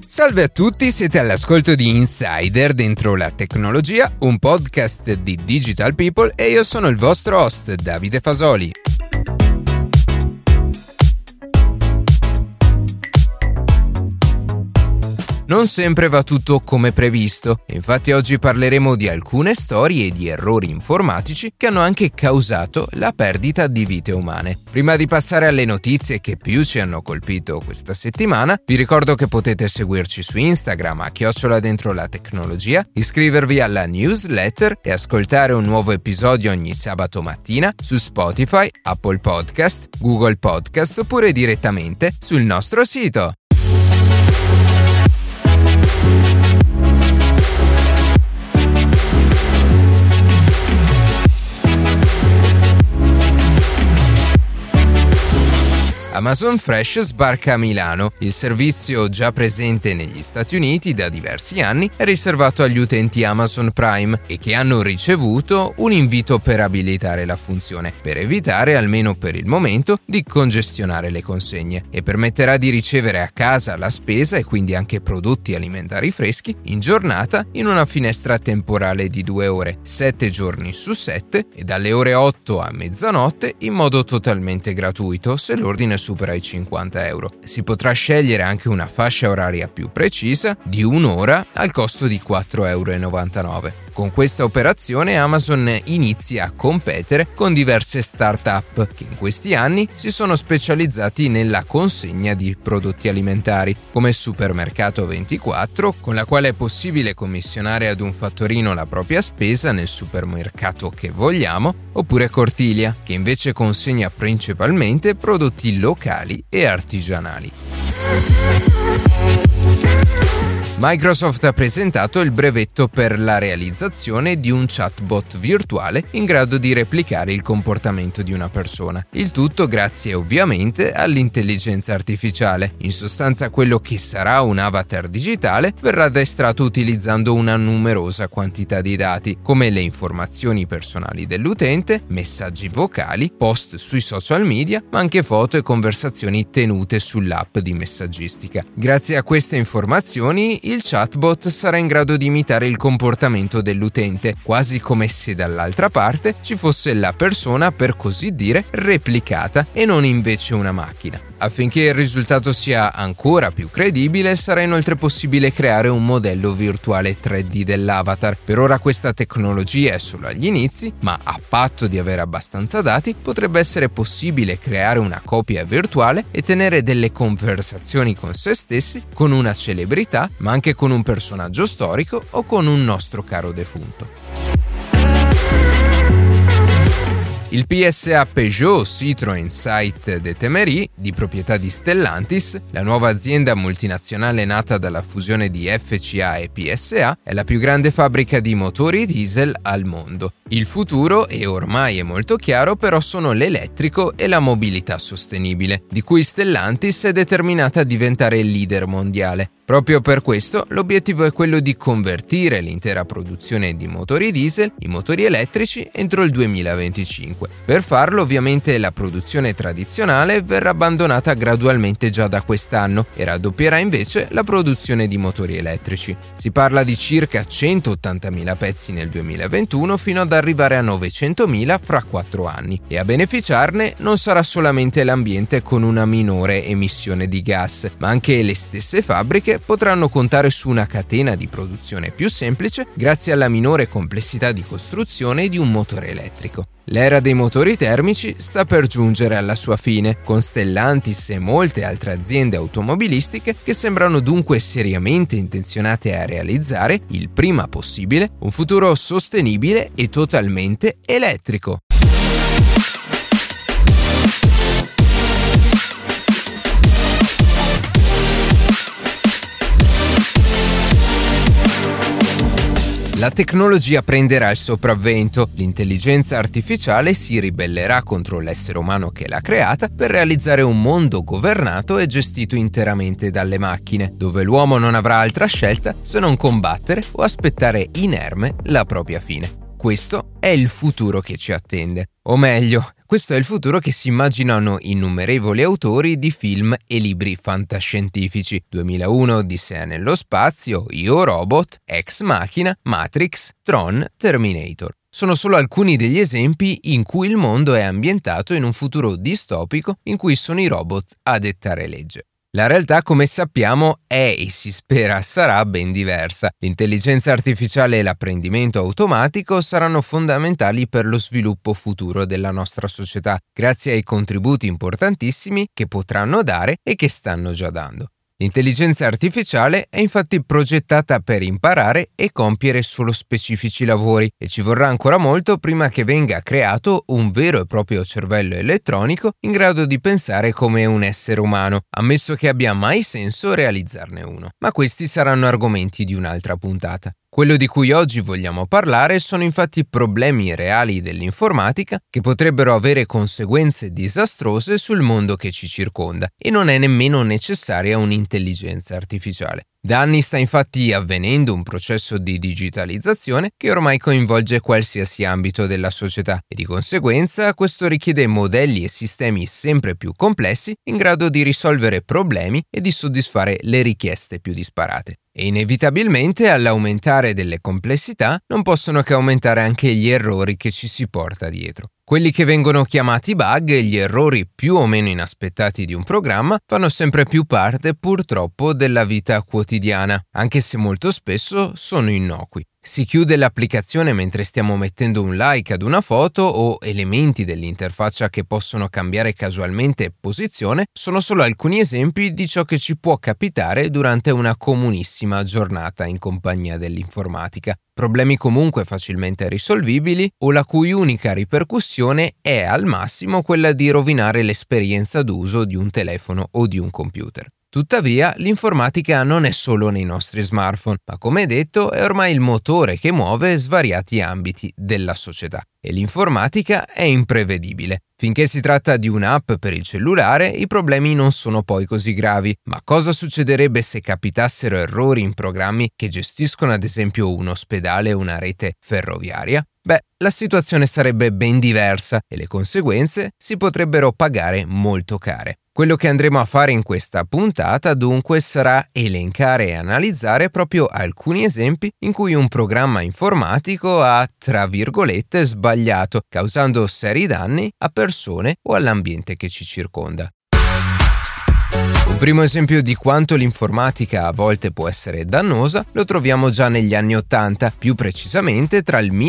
Salve a tutti, siete all'ascolto di Insider dentro la tecnologia, un podcast di Digital People e io sono il vostro host Davide Fasoli. Non sempre va tutto come previsto, infatti oggi parleremo di alcune storie e di errori informatici che hanno anche causato la perdita di vite umane. Prima di passare alle notizie che più ci hanno colpito questa settimana, vi ricordo che potete seguirci su Instagram a @dentrolatecnologia, iscrivervi alla newsletter e ascoltare un nuovo episodio ogni sabato mattina su Spotify, Apple Podcast, Google Podcast oppure direttamente sul nostro sito. Amazon Fresh sbarca a Milano. Il servizio, già presente negli Stati Uniti da diversi anni, è riservato agli utenti Amazon Prime e che hanno ricevuto un invito per abilitare la funzione, per evitare, almeno per il momento, di congestionare le consegne e permetterà di ricevere a casa la spesa e quindi anche prodotti alimentari freschi in giornata in una finestra temporale di 2 ore, 7 giorni su 7 e dalle ore 8 a mezzanotte in modo totalmente gratuito se l'ordine supera i €50. Si potrà scegliere anche una fascia oraria più precisa di un'ora al costo di €4,99. Con questa operazione Amazon inizia a competere con diverse start-up che in questi anni si sono specializzati nella consegna di prodotti alimentari, come Supermercato 24, con la quale è possibile commissionare ad un fattorino la propria spesa nel supermercato che vogliamo, oppure Cortilia, che invece consegna principalmente prodotti locali e artigianali. Microsoft ha presentato il brevetto per la realizzazione di un chatbot virtuale in grado di replicare il comportamento di una persona. Il tutto grazie ovviamente all'intelligenza artificiale. In sostanza quello che sarà un avatar digitale verrà addestrato utilizzando una numerosa quantità di dati, come le informazioni personali dell'utente, messaggi vocali, post sui social media, ma anche foto e conversazioni tenute sull'app di messaggistica. Grazie a queste informazioni il chatbot sarà in grado di imitare il comportamento dell'utente, quasi come se dall'altra parte ci fosse la persona, per così dire, replicata e non invece una macchina. Affinché il risultato sia ancora più credibile, sarà inoltre possibile creare un modello virtuale 3D dell'avatar. Per ora questa tecnologia è solo agli inizi, ma a patto di avere abbastanza dati, potrebbe essere possibile creare una copia virtuale e tenere delle conversazioni con se stessi, con una celebrità, ma anche con un personaggio storico o con un nostro caro defunto. Il PSA Peugeot Citroën Site de Temery, di proprietà di Stellantis, la nuova azienda multinazionale nata dalla fusione di FCA e PSA, è la più grande fabbrica di motori diesel al mondo. Il futuro, e ormai è molto chiaro, però sono l'elettrico e la mobilità sostenibile, di cui Stellantis è determinata a diventare il leader mondiale. Proprio per questo l'obiettivo è quello di convertire l'intera produzione di motori diesel in motori elettrici entro il 2025. Per farlo ovviamente la produzione tradizionale verrà abbandonata gradualmente già da quest'anno e raddoppierà invece la produzione di motori elettrici. Si parla di circa 180.000 pezzi nel 2021 fino ad arrivare a 900.000 fra 4 anni e a beneficiarne non sarà solamente l'ambiente con una minore emissione di gas, ma anche le stesse fabbriche potranno contare su una catena di produzione più semplice grazie alla minore complessità di costruzione di un motore elettrico. L'era dei motori termici sta per giungere alla sua fine, con Stellantis e molte altre aziende automobilistiche che sembrano dunque seriamente intenzionate a realizzare, il prima possibile, un futuro sostenibile e totalmente elettrico. La tecnologia prenderà il sopravvento, l'intelligenza artificiale si ribellerà contro l'essere umano che l'ha creata per realizzare un mondo governato e gestito interamente dalle macchine, dove l'uomo non avrà altra scelta se non combattere o aspettare inerme la propria fine. Questo è il futuro che ci attende. O meglio, questo è il futuro che si immaginano innumerevoli autori di film e libri fantascientifici. 2001 Odissea nello spazio, Io Robot, Ex Machina, Matrix, Tron, Terminator. Sono solo alcuni degli esempi in cui il mondo è ambientato in un futuro distopico in cui sono i robot a dettare legge. La realtà, come sappiamo, è e si spera sarà ben diversa. L'intelligenza artificiale e l'apprendimento automatico saranno fondamentali per lo sviluppo futuro della nostra società, grazie ai contributi importantissimi che potranno dare e che stanno già dando. L'intelligenza artificiale è infatti progettata per imparare e compiere solo specifici lavori e ci vorrà ancora molto prima che venga creato un vero e proprio cervello elettronico in grado di pensare come un essere umano, ammesso che abbia mai senso realizzarne uno. Ma questi saranno argomenti di un'altra puntata. Quello di cui oggi vogliamo parlare sono infatti problemi reali dell'informatica che potrebbero avere conseguenze disastrose sul mondo che ci circonda e non è nemmeno necessaria un'intelligenza artificiale. Da anni sta infatti avvenendo un processo di digitalizzazione che ormai coinvolge qualsiasi ambito della società e di conseguenza questo richiede modelli e sistemi sempre più complessi in grado di risolvere problemi e di soddisfare le richieste più disparate. E inevitabilmente all'aumentare delle complessità non possono che aumentare anche gli errori che ci si porta dietro. Quelli che vengono chiamati bug, gli errori più o meno inaspettati di un programma, fanno sempre più parte purtroppo della vita quotidiana, anche se molto spesso sono innocui. Si chiude l'applicazione mentre stiamo mettendo un like ad una foto o elementi dell'interfaccia che possono cambiare casualmente posizione sono solo alcuni esempi di ciò che ci può capitare durante una comunissima giornata in compagnia dell'informatica. Problemi comunque facilmente risolvibili o la cui unica ripercussione è al massimo quella di rovinare l'esperienza d'uso di un telefono o di un computer. Tuttavia, l'informatica non è solo nei nostri smartphone, ma come detto è ormai il motore che muove svariati ambiti della società. E l'informatica è imprevedibile. Finché si tratta di un'app per il cellulare, i problemi non sono poi così gravi. Ma cosa succederebbe se capitassero errori in programmi che gestiscono ad esempio un ospedale o una rete ferroviaria? Beh, la situazione sarebbe ben diversa e le conseguenze si potrebbero pagare molto care. Quello che andremo a fare in questa puntata dunque sarà elencare e analizzare proprio alcuni esempi in cui un programma informatico ha, tra virgolette, sbagliato, causando seri danni a persone o all'ambiente che ci circonda. Un primo esempio di quanto l'informatica a volte può essere dannosa lo troviamo già negli anni '80, più precisamente tra il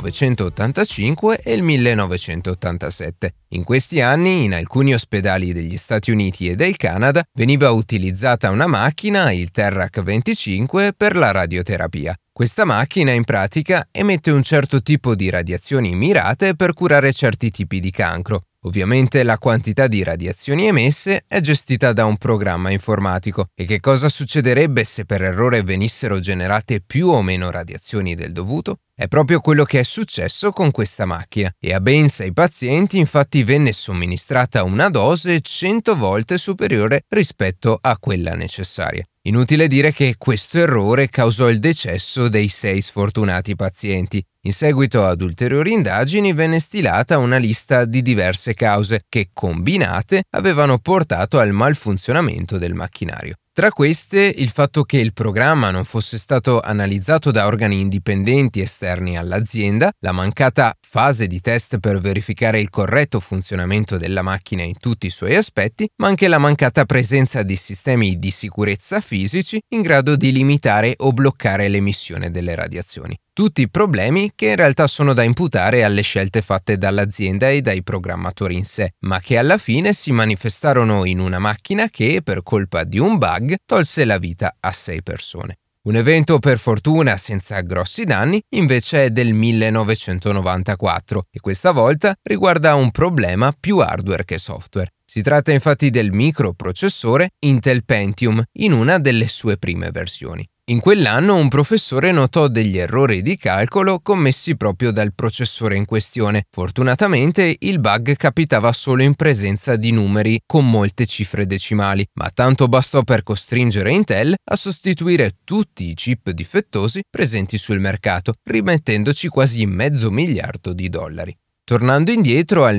1985 e il 1987. In questi anni, in alcuni ospedali degli Stati Uniti e del Canada, veniva utilizzata una macchina, il Terrac 25, per la radioterapia. Questa macchina in pratica emette un certo tipo di radiazioni mirate per curare certi tipi di cancro. Ovviamente la quantità di radiazioni emesse è gestita da un programma informatico. E che cosa succederebbe se per errore venissero generate più o meno radiazioni del dovuto? È proprio quello che è successo con questa macchina e a ben 6 pazienti infatti venne somministrata una dose 100 volte superiore rispetto a quella necessaria. Inutile dire che questo errore causò il decesso dei 6 sfortunati pazienti. In seguito ad ulteriori indagini venne stilata una lista di diverse cause che, combinate, avevano portato al malfunzionamento del macchinario. Tra queste, il fatto che il programma non fosse stato analizzato da organi indipendenti esterni all'azienda, la mancata fase di test per verificare il corretto funzionamento della macchina in tutti i suoi aspetti, ma anche la mancata presenza di sistemi di sicurezza fisici in grado di limitare o bloccare l'emissione delle radiazioni. Tutti problemi che in realtà sono da imputare alle scelte fatte dall'azienda e dai programmatori in sé, ma che alla fine si manifestarono in una macchina che, per colpa di un bug, tolse la vita a 6 persone. Un evento per fortuna senza grossi danni invece è del 1994 e questa volta riguarda un problema più hardware che software. Si tratta infatti del microprocessore Intel Pentium in una delle sue prime versioni. In quell'anno un professore notò degli errori di calcolo commessi proprio dal processore in questione. Fortunatamente il bug capitava solo in presenza di numeri con molte cifre decimali, ma tanto bastò per costringere Intel a sostituire tutti i chip difettosi presenti sul mercato, rimettendoci quasi $500 miliardi. Tornando indietro al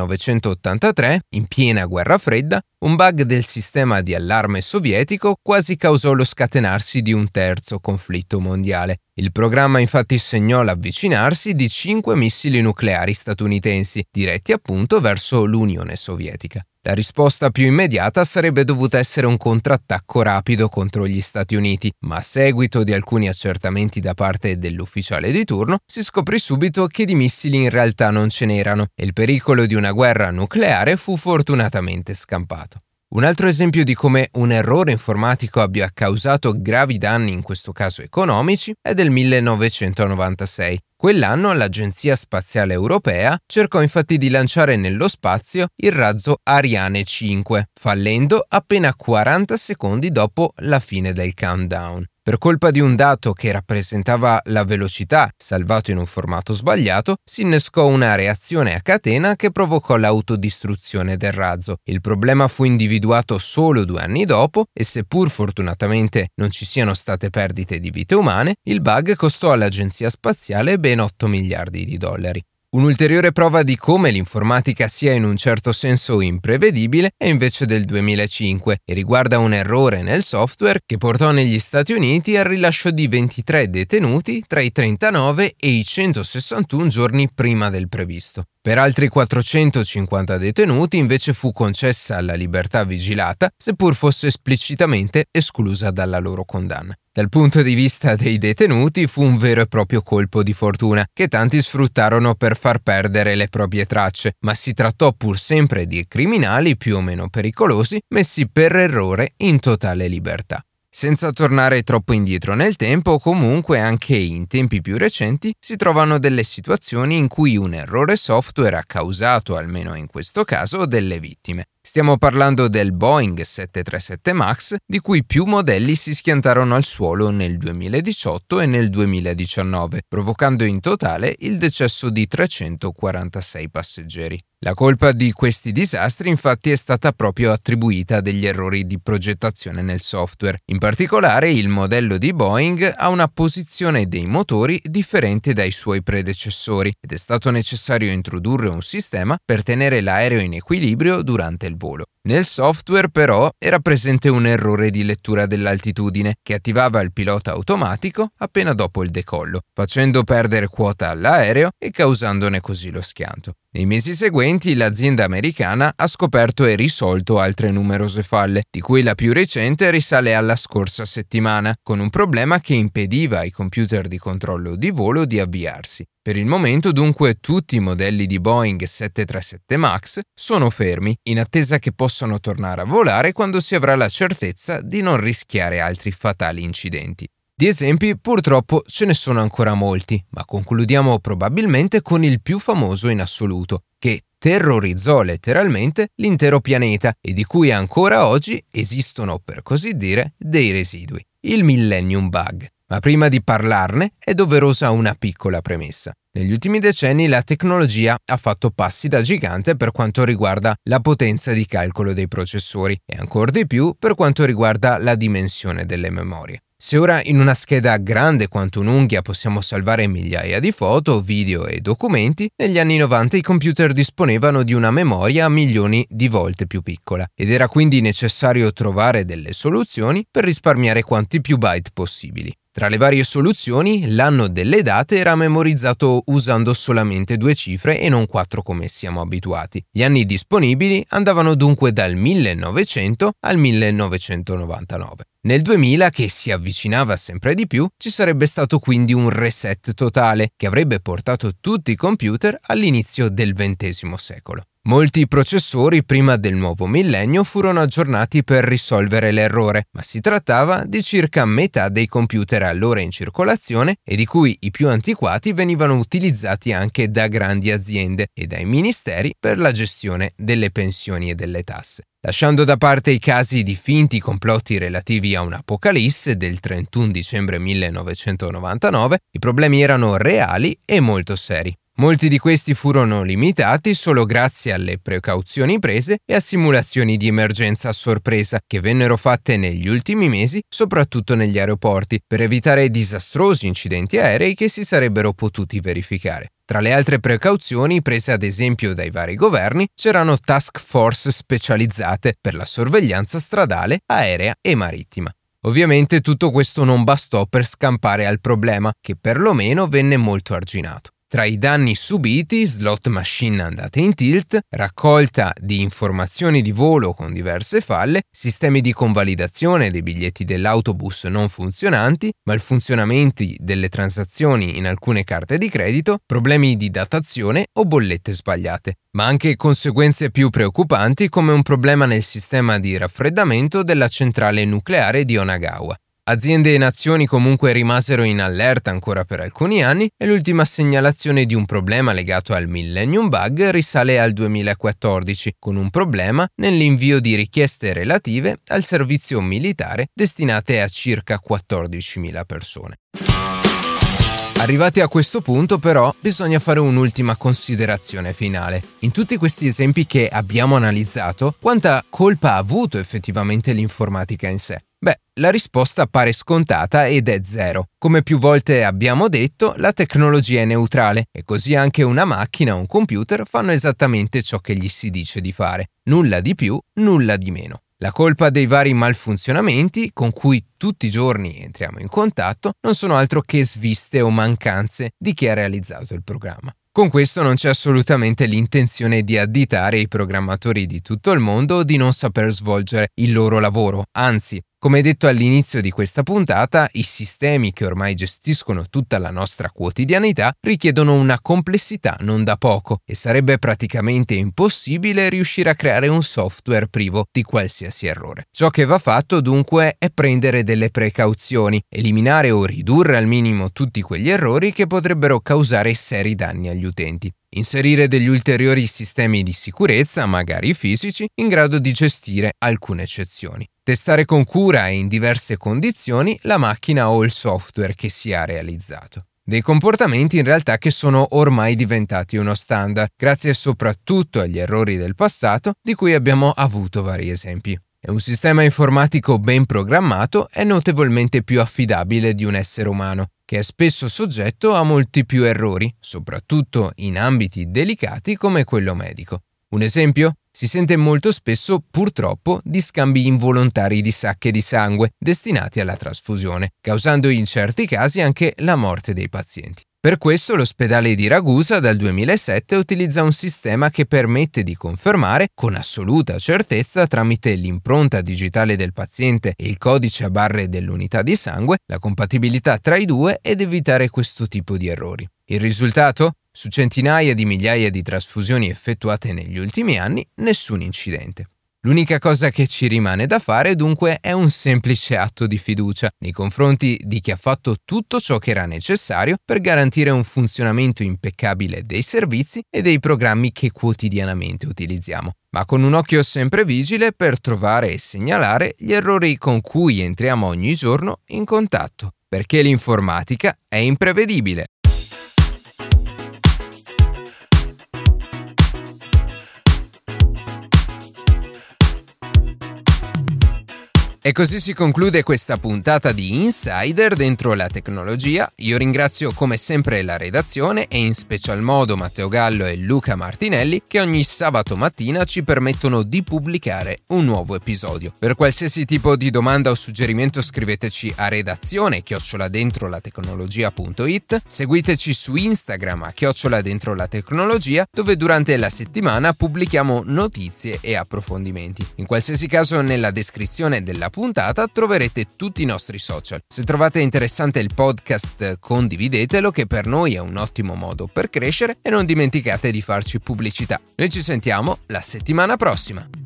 1983, in piena guerra fredda, un bug del sistema di allarme sovietico quasi causò lo scatenarsi di un terzo conflitto mondiale. Il programma infatti segnò l'avvicinarsi di 5 missili nucleari statunitensi, diretti appunto verso l'Unione Sovietica. La risposta più immediata sarebbe dovuta essere un contrattacco rapido contro gli Stati Uniti, ma a seguito di alcuni accertamenti da parte dell'ufficiale di turno, si scoprì subito che di missili in realtà non ce n'erano e il pericolo di una guerra nucleare fu fortunatamente scampato. Un altro esempio di come un errore informatico abbia causato gravi danni, in questo caso economici, è del 1996. Quell'anno l'Agenzia Spaziale Europea cercò infatti di lanciare nello spazio il razzo Ariane 5, fallendo appena 40 secondi dopo la fine del countdown. Per colpa di un dato che rappresentava la velocità salvato in un formato sbagliato, si innescò una reazione a catena che provocò l'autodistruzione del razzo. Il problema fu individuato solo 2 anni dopo e seppur fortunatamente non ci siano state perdite di vite umane, il bug costò all'agenzia spaziale ben $8 miliardi. Un'ulteriore prova di come l'informatica sia in un certo senso imprevedibile è invece del 2005 e riguarda un errore nel software che portò negli Stati Uniti al rilascio di 23 detenuti tra i 39 e i 161 giorni prima del previsto. Per altri 450 detenuti invece fu concessa la libertà vigilata, seppur fosse esplicitamente esclusa dalla loro condanna. Dal punto di vista dei detenuti fu un vero e proprio colpo di fortuna, che tanti sfruttarono per far perdere le proprie tracce, ma si trattò pur sempre di criminali più o meno pericolosi, messi per errore in totale libertà. Senza tornare troppo indietro nel tempo, comunque anche in tempi più recenti si trovano delle situazioni in cui un errore software ha causato, almeno in questo caso, delle vittime. Stiamo parlando del Boeing 737 MAX, di cui più modelli si schiantarono al suolo nel 2018 e nel 2019, provocando in totale il decesso di 346 passeggeri. La colpa di questi disastri infatti è stata proprio attribuita a degli errori di progettazione nel software. In particolare il modello di Boeing ha una posizione dei motori differente dai suoi predecessori ed è stato necessario introdurre un sistema per tenere l'aereo in equilibrio durante il volo. Nel software però era presente un errore di lettura dell'altitudine che attivava il pilota automatico appena dopo il decollo, facendo perdere quota all'aereo e causandone così lo schianto. Nei mesi seguenti l'azienda americana ha scoperto e risolto altre numerose falle, di cui la più recente risale alla scorsa settimana, con un problema che impediva ai computer di controllo di volo di avviarsi. Per il momento dunque tutti i modelli di Boeing 737 MAX sono fermi, in attesa che possano tornare a volare quando si avrà la certezza di non rischiare altri fatali incidenti. Di esempi purtroppo ce ne sono ancora molti, ma concludiamo probabilmente con il più famoso in assoluto, che terrorizzò letteralmente l'intero pianeta e di cui ancora oggi esistono, per così dire, dei residui: il Millennium Bug. Ma prima di parlarne è doverosa una piccola premessa. Negli ultimi decenni la tecnologia ha fatto passi da gigante per quanto riguarda la potenza di calcolo dei processori e ancor di più per quanto riguarda la dimensione delle memorie. Se ora in una scheda grande quanto un'unghia possiamo salvare migliaia di foto, video e documenti, negli anni 90 i computer disponevano di una memoria milioni di volte più piccola ed era quindi necessario trovare delle soluzioni per risparmiare quanti più byte possibili. Tra le varie soluzioni, l'anno delle date era memorizzato usando solamente 2 cifre e non 4 come siamo abituati. Gli anni disponibili andavano dunque dal 1900 al 1999. Nel 2000, che si avvicinava sempre di più, ci sarebbe stato quindi un reset totale che avrebbe portato tutti i computer all'inizio del XX secolo. Molti processori prima del nuovo millennio furono aggiornati per risolvere l'errore, ma si trattava di circa metà dei computer allora in circolazione e di cui i più antiquati venivano utilizzati anche da grandi aziende e dai ministeri per la gestione delle pensioni e delle tasse. Lasciando da parte i casi di finti complotti relativi a un'apocalisse del 31 dicembre 1999, i problemi erano reali e molto seri. Molti di questi furono limitati solo grazie alle precauzioni prese e a simulazioni di emergenza a sorpresa che vennero fatte negli ultimi mesi, soprattutto negli aeroporti, per evitare disastrosi incidenti aerei che si sarebbero potuti verificare. Tra le altre precauzioni prese ad esempio dai vari governi c'erano task force specializzate per la sorveglianza stradale, aerea e marittima. Ovviamente tutto questo non bastò per scampare al problema, che perlomeno venne molto arginato. Tra i danni subiti, slot machine andate in tilt, raccolta di informazioni di volo con diverse falle, sistemi di convalidazione dei biglietti dell'autobus non funzionanti, malfunzionamenti delle transazioni in alcune carte di credito, problemi di datazione o bollette sbagliate, ma anche conseguenze più preoccupanti come un problema nel sistema di raffreddamento della centrale nucleare di Onagawa. Aziende e nazioni comunque rimasero in allerta ancora per alcuni anni e l'ultima segnalazione di un problema legato al Millennium Bug risale al 2014, con un problema nell'invio di richieste relative al servizio militare destinate a circa 14.000 persone. Arrivati a questo punto, però, bisogna fare un'ultima considerazione finale. In tutti questi esempi che abbiamo analizzato, quanta colpa ha avuto effettivamente l'informatica in sé? Beh, la risposta pare scontata ed è zero. Come più volte abbiamo detto, la tecnologia è neutrale e così anche una macchina o un computer fanno esattamente ciò che gli si dice di fare. Nulla di più, nulla di meno. La colpa dei vari malfunzionamenti con cui tutti i giorni entriamo in contatto non sono altro che sviste o mancanze di chi ha realizzato il programma. Con questo non c'è assolutamente l'intenzione di additare i programmatori di tutto il mondo o di non saper svolgere il loro lavoro, anzi, come detto all'inizio di questa puntata, i sistemi che ormai gestiscono tutta la nostra quotidianità richiedono una complessità non da poco e sarebbe praticamente impossibile riuscire a creare un software privo di qualsiasi errore. Ciò che va fatto dunque è prendere delle precauzioni, eliminare o ridurre al minimo tutti quegli errori che potrebbero causare seri danni agli utenti. Inserire degli ulteriori sistemi di sicurezza, magari fisici, in grado di gestire alcune eccezioni. Testare con cura e in diverse condizioni la macchina o il software che si è realizzato. Dei comportamenti in realtà che sono ormai diventati uno standard, grazie soprattutto agli errori del passato di cui abbiamo avuto vari esempi. E un sistema informatico ben programmato è notevolmente più affidabile di un essere umano, che è spesso soggetto a molti più errori, soprattutto in ambiti delicati come quello medico. Un esempio? Si sente molto spesso, purtroppo, di scambi involontari di sacche di sangue destinati alla trasfusione, causando in certi casi anche la morte dei pazienti. Per questo l'ospedale di Ragusa dal 2007 utilizza un sistema che permette di confermare con assoluta certezza tramite l'impronta digitale del paziente e il codice a barre dell'unità di sangue la compatibilità tra i due ed evitare questo tipo di errori. Il risultato? Su centinaia di migliaia di trasfusioni effettuate negli ultimi anni, nessun incidente. L'unica cosa che ci rimane da fare dunque è un semplice atto di fiducia nei confronti di chi ha fatto tutto ciò che era necessario per garantire un funzionamento impeccabile dei servizi e dei programmi che quotidianamente utilizziamo, ma con un occhio sempre vigile per trovare e segnalare gli errori con cui entriamo ogni giorno in contatto, perché l'informatica è imprevedibile. E così si conclude questa puntata di Insider dentro la tecnologia. Io ringrazio come sempre la redazione e in special modo Matteo Gallo e Luca Martinelli che ogni sabato mattina ci permettono di pubblicare un nuovo episodio. Per qualsiasi tipo di domanda o suggerimento scriveteci a redazione@dentrolatecnologia.it, seguiteci su Instagram @dentrolatecnologia, dove durante la settimana pubblichiamo notizie e approfondimenti. In qualsiasi caso nella descrizione della puntata troverete tutti i nostri social. Se trovate interessante il podcast, condividetelo, che per noi è un ottimo modo per crescere, e non dimenticate di farci pubblicità. Noi ci sentiamo la settimana prossima.